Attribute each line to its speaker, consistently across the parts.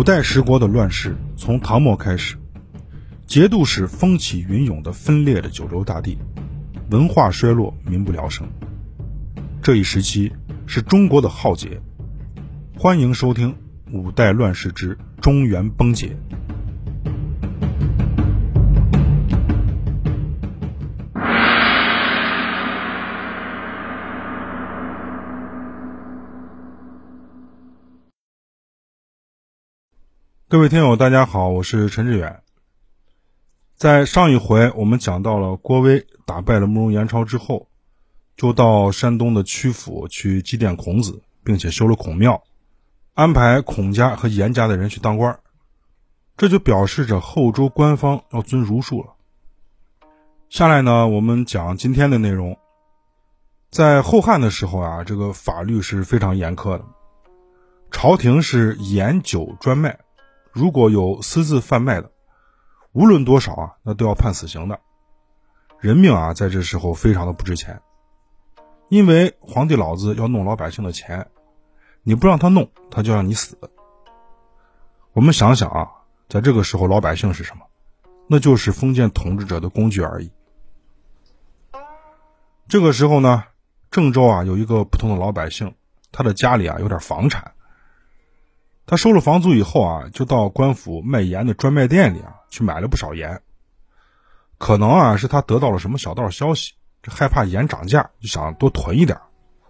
Speaker 1: 代十国的乱世从唐末开始，节度使风起云涌地分裂着九州大地，文化衰落，民不聊生。这一时期是中国的浩劫。欢迎收听五代乱世之中原崩解。各位听友大家好，我是陈志远。在上一回我们讲到了郭威打败了慕容延超之后，就到山东的曲阜去祭奠孔子，并且修了孔庙，安排孔家和颜家的人去当官，这就表示着后周官方要遵儒术了。下来呢，我们讲今天的内容。在后汉的时候啊，这个法律是非常严苛的，朝廷是严酒专卖，如果有私自贩卖的，无论多少啊，那都要判死刑的。人命啊，在这时候非常的不值钱，因为皇帝老子要弄老百姓的钱，你不让他弄，他就让你死。我们想想啊，在这个时候老百姓是什么？那就是封建统治者的工具而已。这个时候呢，郑州啊有一个普通的老百姓，他的家里啊有点房产，他收了房租以后啊，就到官府卖盐的专卖店里啊去买了不少盐。可能啊是他得到了什么小道消息，这害怕盐涨价，就想多囤一点。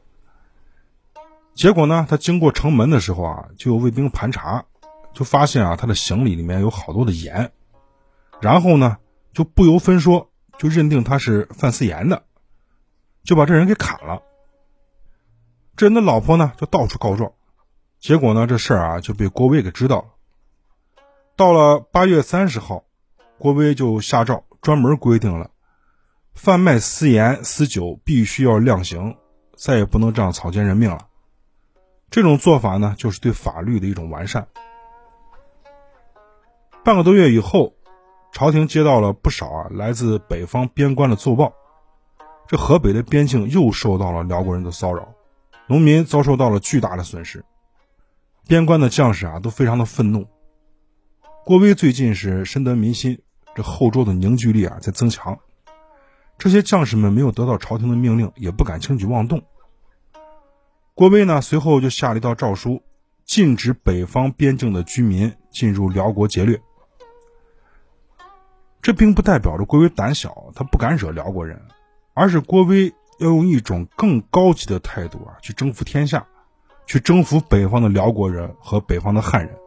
Speaker 1: 结果呢，他经过城门的时候啊，就有卫兵盘查，就发现啊他的行李里面有好多的盐，然后呢就不由分说就认定他是贩私盐的，就把这人给砍了。这人的老婆呢就到处告状，结果呢这事儿啊就被郭威给知道了。到了8月30号，郭威就下诏专门规定了，贩卖私盐私酒必须要量刑，再也不能这样草菅人命了。这种做法呢，就是对法律的一种完善。半个多月以后，朝廷接到了不少啊来自北方边关的奏报，这河北的边境又受到了辽国人的骚扰，农民遭受到了巨大的损失，边关的将士啊都非常的愤怒。郭威最近是深得民心，这后周的凝聚力啊在增强，这些将士们没有得到朝廷的命令，也不敢轻举妄动。郭威呢随后就下了一道诏书，禁止北方边境的居民进入辽国劫掠。这并不代表着郭威胆小，他不敢惹辽国人，而是郭威要用一种更高级的态度啊去征服天下，去征服北方的辽国人和北方的汉人。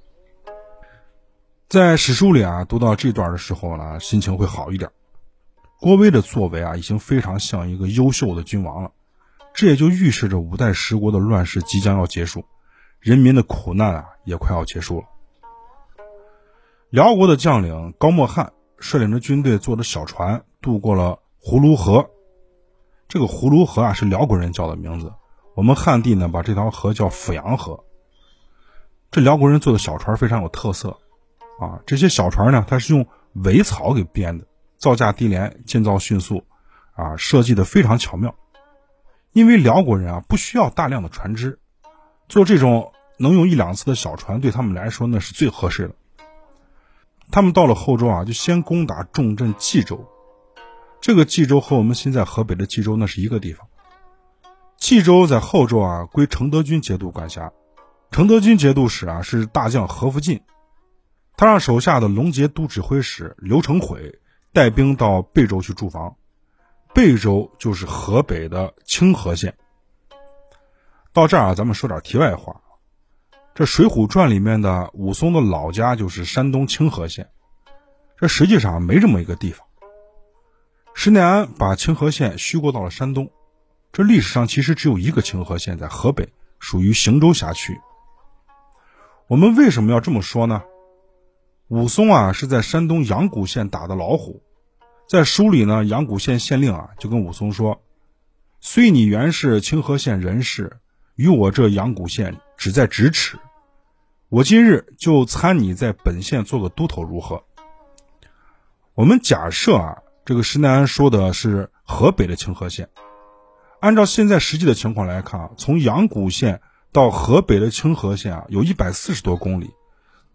Speaker 1: 在史书里啊读到这段的时候呢，心情会好一点。郭威的作为啊已经非常像一个优秀的君王了，这也就预示着五代十国的乱世即将要结束，人民的苦难啊也快要结束了。辽国的将领高墨汉率领着军队坐着小船渡过了葫芦河，这个葫芦河啊是辽国人叫的名字，我们汉地呢把这条河叫阜阳河。这辽国人做的小船非常有特色啊，这些小船呢它是用苇草给编的，造价低廉，建造迅速啊，设计的非常巧妙。因为辽国人啊不需要大量的船只，做这种能用1-2次的小船对他们来说呢是最合适的。他们到了后周啊，就先攻打重镇冀州。这个冀州和我们现在河北的冀州那是一个地方。冀州在后周啊归承德军节度管辖，承德军节度使啊是大将何福进，他让手下的龙节都指挥使刘成毁带兵到贝州去驻防。贝州就是河北的清河县。到这儿啊，咱们说点题外话。这《水浒传》里面的武松的老家就是山东清河县，这实际上没这么一个地方。施耐庵把清河县虚构到了山东，这历史上其实只有一个清河县，在河北，属于邢州辖区。我们为什么要这么说呢？武松啊是在山东阳谷县打的老虎，在书里呢，阳谷县县令啊就跟武松说，虽你原是清河县人士，与我这阳谷县只在咫尺，我今日就参你在本县做个都头如何？我们假设啊，这个施耐庵说的是河北的清河县。按照现在实际的情况来看啊，从阳谷县到河北的清河县啊，有140多公里，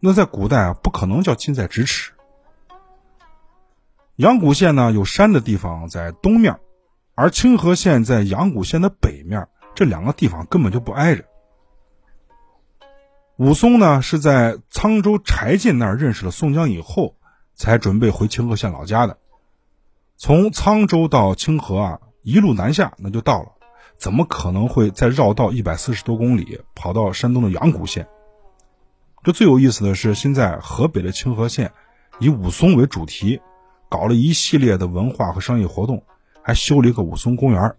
Speaker 1: 那在古代啊，不可能叫近在咫尺。阳谷县呢，有山的地方在东面，而清河县在阳谷县的北面，这两个地方根本就不挨着。武松呢，是在沧州柴进那儿认识了宋江以后，才准备回清河县老家的。从沧州到清河啊，一路南下，那就到了，怎么可能会再绕道140多公里跑到山东的阳谷县？这最有意思的是，现在河北的清河县以武松为主题，搞了一系列的文化和商业活动，还修了一个武松公园。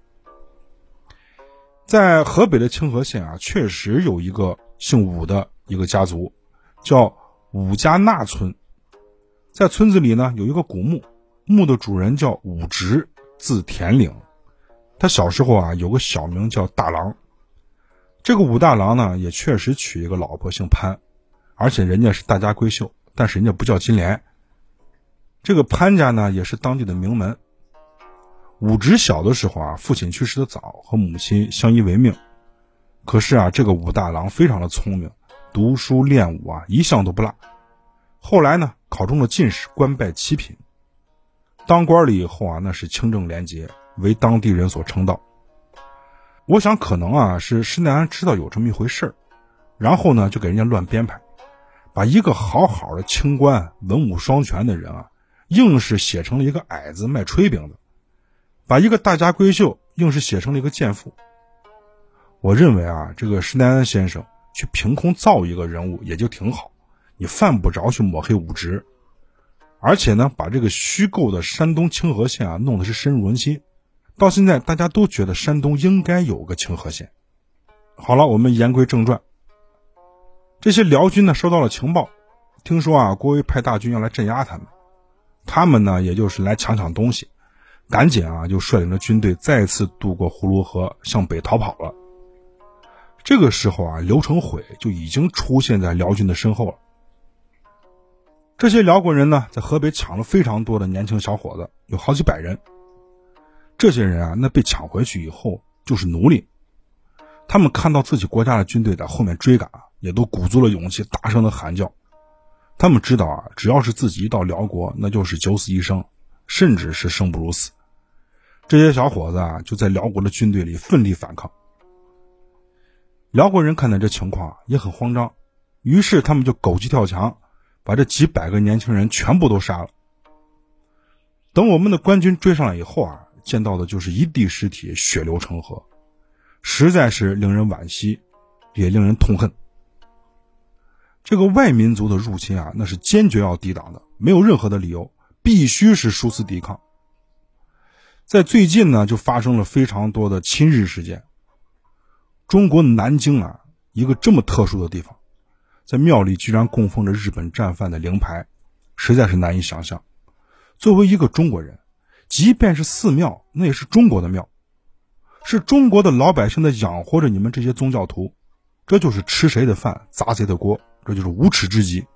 Speaker 1: 在河北的清河县啊，确实有一个姓武的一个家族，叫武家纳村。在村子里呢，有一个古墓，墓的主人叫武直，字田岭。他小时候啊，有个小名叫大郎。这个武大郎呢，也确实娶一个老婆，姓潘，而且人家是大家闺秀，但是人家不叫金莲。这个潘家呢，也是当地的名门。武直小的时候啊，父亲去世的早，和母亲相依为命。可是啊，这个武大郎非常的聪明，读书练武啊，一项都不落。后来呢，考中了进士，官拜七品。当官了以后啊，那是清正廉洁，为当地人所称道。我想可能啊，是施耐庵知道有这么一回事儿，然后呢，就给人家乱编排，把一个好好的清官、文武双全的人啊，硬是写成了一个矮子卖炊饼的，把一个大家闺秀硬是写成了一个贱妇。我认为啊，这个施耐庵先生去凭空造一个人物也就挺好，你犯不着去抹黑武直，而且呢，把这个虚构的山东清河县啊弄得是深入人心。到现在大家都觉得山东应该有个清河县。好了，我们言归正传。这些辽军呢收到了情报，听说啊郭威派大军要来镇压他们，他们呢也就是来抢东西，赶紧啊就率领着军队再次渡过葫芦河向北逃跑了。这个时候啊，刘成毁就已经出现在辽军的身后了。这些辽国人呢，在河北抢了非常多的年轻小伙子，有好几百人。这些人啊，那被抢回去以后就是奴隶。他们看到自己国家的军队在后面追赶，也都鼓足了勇气，大声的喊叫。他们知道啊，只要是自己一到辽国，那就是九死一生，甚至是生不如死。这些小伙子啊，就在辽国的军队里奋力反抗。辽国人看到这情况也很慌张，于是他们就狗急跳墙，把这几百个年轻人全部都杀了。等我们的官军追上来以后啊，见到的就是一地尸体，血流成河，实在是令人惋惜，也令人痛恨。这个外民族的入侵啊，那是坚决要抵挡的，没有任何的理由，必须是殊死抵抗。在最近呢，就发生了非常多的亲日事件。中国南京啊，一个这么特殊的地方，在庙里居然供奉着日本战犯的灵牌，实在是难以想象。作为一个中国人，即便是寺庙，那也是中国的庙，是中国的老百姓在养活着你们这些宗教徒，这就是吃谁的饭砸谁的锅，这就是无耻之极。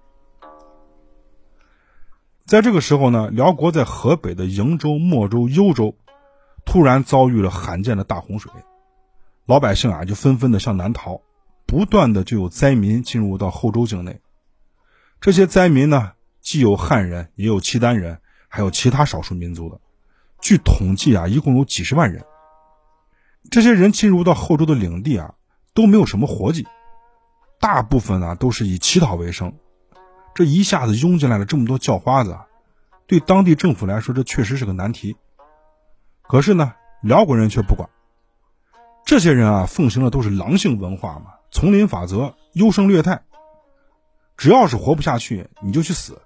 Speaker 1: 在这个时候呢，辽国在河北的瀛州、莫州、幽州突然遭遇了罕见的大洪水，老百姓啊就纷纷的向南逃，不断的就有灾民进入到后周境内。这些灾民呢，既有汉人，也有契丹人，还有其他少数民族的。据统计啊，一共有几十万人。这些人进入到后周的领地啊，都没有什么活计，大部分啊都是以乞讨为生。这一下子涌进来了这么多叫花子啊，对当地政府来说，这确实是个难题。可是呢，辽国人却不管。这些人啊，奉行的都是狼性文化嘛，丛林法则，优胜劣汰。只要是活不下去，你就去死。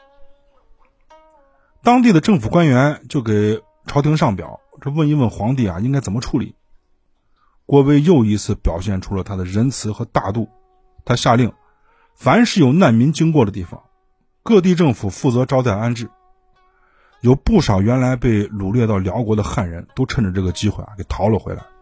Speaker 1: 当地的政府官员就给朝廷上表，这问一问皇帝啊，应该怎么处理。郭威又一次表现出了他的仁慈和大度，他下令，凡是有难民经过的地方，各地政府负责招待安置。有不少原来被掳掠到辽国的汉人，都趁着这个机会啊，给逃了回来。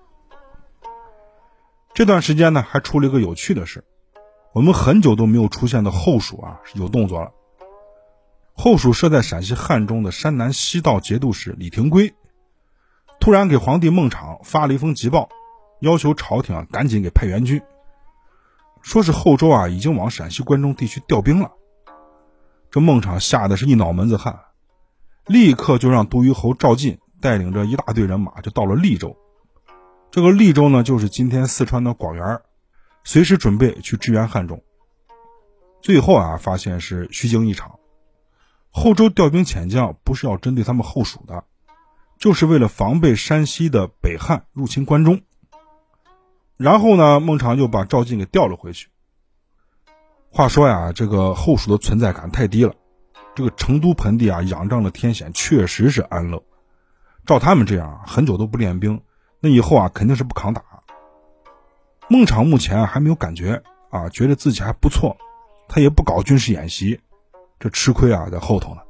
Speaker 1: 这段时间呢，还出了一个有趣的事，我们很久都没有出现的后蜀啊，有动作了。后蜀设在陕西汉中的山南西道节度使李廷圭，突然给皇帝孟昶发了一封急报，要求朝廷啊赶紧给派援军， 说是后周已经往陕西关中地区调兵了。这孟昶吓得是一脑门子汗，立刻就让都虞侯赵进带领着一大队人马就到了利州。这个利州呢，就是今天四川的广元，随时准备去支援汉中。最后发现是虚惊一场，后周调兵遣将不是要针对他们后蜀的，就是为了防备山西的北汉入侵关中。然后呢，孟昶就把赵进给调了回去。话说这个后蜀的存在感太低了，这个成都盆地仰仗的天险确实是安乐。照他们这样很久都不练兵，那以后肯定是不抗打。孟昶目前还没有感觉觉得自己还不错，他也不搞军事演习，这吃亏在后头呢。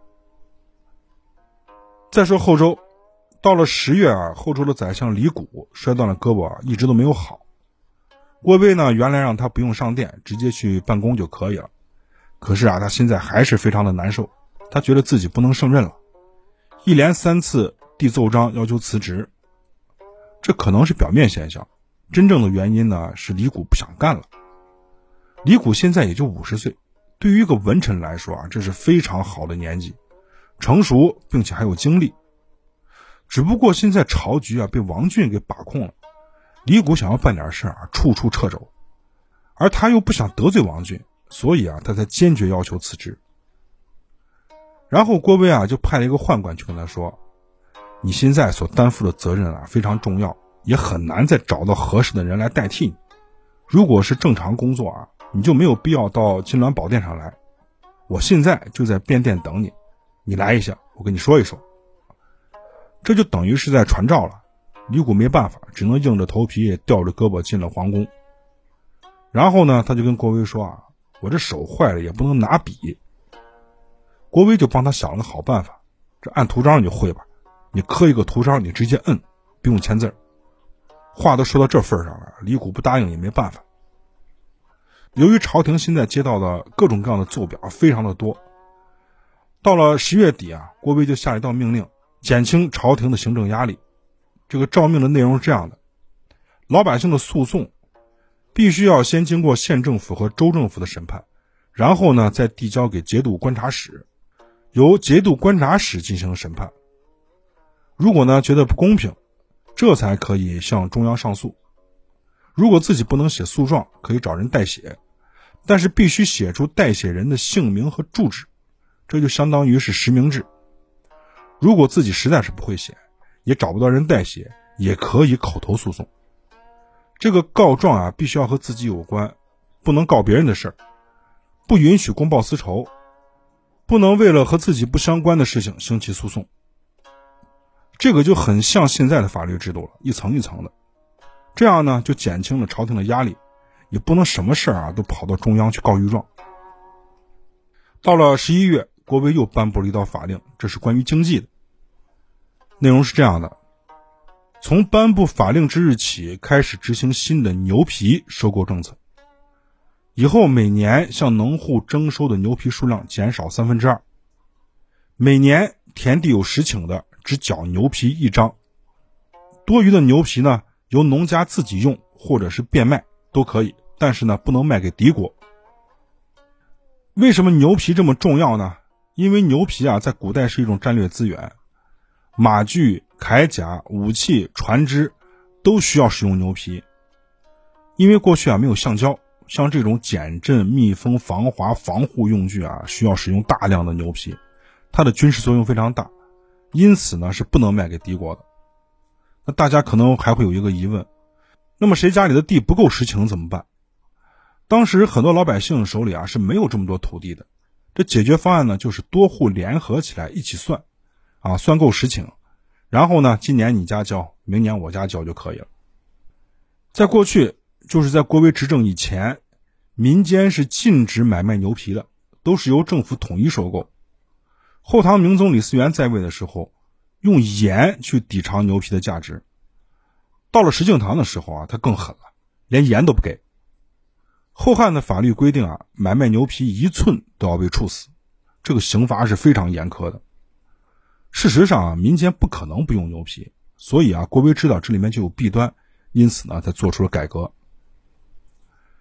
Speaker 1: 再说后周，到了10月后周的宰相李谷摔断了胳膊一直都没有好。郭威呢，原来让他不用上殿，直接去办公就可以了。可是他现在还是非常的难受，他觉得自己不能胜任了，一连3次递奏章要求辞职。这可能是表面现象，真正的原因呢是李谷不想干了。李谷现在也就50岁，对于一个文臣来说这是非常好的年纪，成熟并且还有精力。只不过现在朝局被王俊给把控了，李谷想要办点事处处掣肘，而他又不想得罪王俊，所以他才坚决要求辞职。然后郭威就派了一个宦官去跟他说，你现在所担负的责任非常重要，也很难再找到合适的人来代替你。如果是正常工作你就没有必要到金銮宝殿上来，我现在就在便殿等你，你来一下，我跟你说一说。这就等于是在传召了。李谷没办法，只能硬着头皮吊着胳膊进了皇宫。然后呢，他就跟郭威说我这手坏了也不能拿笔。郭威就帮他想了个好办法，这按图章你就会吧，你刻一个图章，你直接摁，不用签字。话都说到这份上了，李谷不答应也没办法。由于朝廷现在接到的各种各样的奏表非常的多，到了10月底郭威就下了一道命令，减轻朝廷的行政压力。这个诏命的内容是这样的，老百姓的诉讼必须要先经过县政府和州政府的审判，然后呢再递交给节度观察使，由节度观察使进行审判。如果呢觉得不公平，这才可以向中央上诉。如果自己不能写诉状，可以找人代写，但是必须写出代写人的姓名和住址，这就相当于是实名制。如果自己实在是不会写，也找不到人代写，也可以口头诉讼。这个告状必须要和自己有关，不能告别人的事儿，不允许公报私仇，不能为了和自己不相关的事情兴起诉讼。这个就很像现在的法律制度了，一层一层的，这样呢就减轻了朝廷的压力，也不能什么事儿都跑到中央去告御状。到了11月，郭威又颁布了一道法令，这是关于经济的。内容是这样的，从颁布法令之日起开始执行新的牛皮收购政策，以后每年向农户征收的牛皮数量减少2/3，每年田地有10顷的只缴牛皮1张，多余的牛皮呢由农家自己用或者是变卖都可以，但是呢不能卖给敌国。为什么牛皮这么重要呢？因为牛皮在古代是一种战略资源，马具、铠甲、武器、船只都需要使用牛皮。因为过去没有橡胶，像这种减震、密封、防滑、防护用具需要使用大量的牛皮，它的军事作用非常大，因此呢是不能卖给敌国的。那大家可能还会有一个疑问，那么谁家里的地不够10顷怎么办？当时很多老百姓手里是没有这么多土地的，这解决方案呢就是多户联合起来一起算算够10顷，然后呢今年你家交，明年我家交就可以了。在过去，就是在郭威执政以前，民间是禁止买卖牛皮的，都是由政府统一收购。后唐明宗李嗣源在位的时候，用盐去抵偿牛皮的价值。到了石敬瑭的时候他更狠了，连盐都不给。后汉的法律规定买卖牛皮1寸都要被处死，这个刑罚是非常严苛的。事实上民间不可能不用牛皮，所以郭威知道这里面就有弊端，因此呢才做出了改革。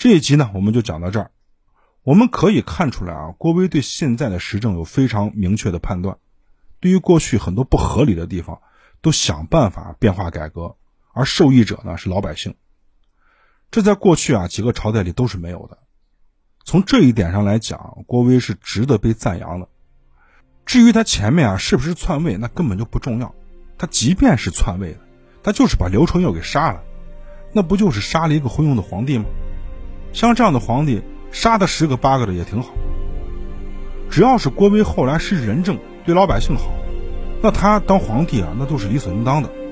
Speaker 1: 这一集呢，我们就讲到这儿。我们可以看出来啊，郭威对现在的时政有非常明确的判断，对于过去很多不合理的地方，都想办法变化改革，而受益者呢是老百姓。这在过去啊几个朝代里都是没有的。从这一点上来讲，郭威是值得被赞扬的。至于他前面啊是不是篡位，那根本就不重要。他即便是篡位的，他就是把刘承佑给杀了，那不就是杀了一个昏庸的皇帝吗？像这样的皇帝，杀的10个8个的也挺好。只要是郭威后来是仁政，对老百姓好，那他当皇帝啊，那都是理所应当的。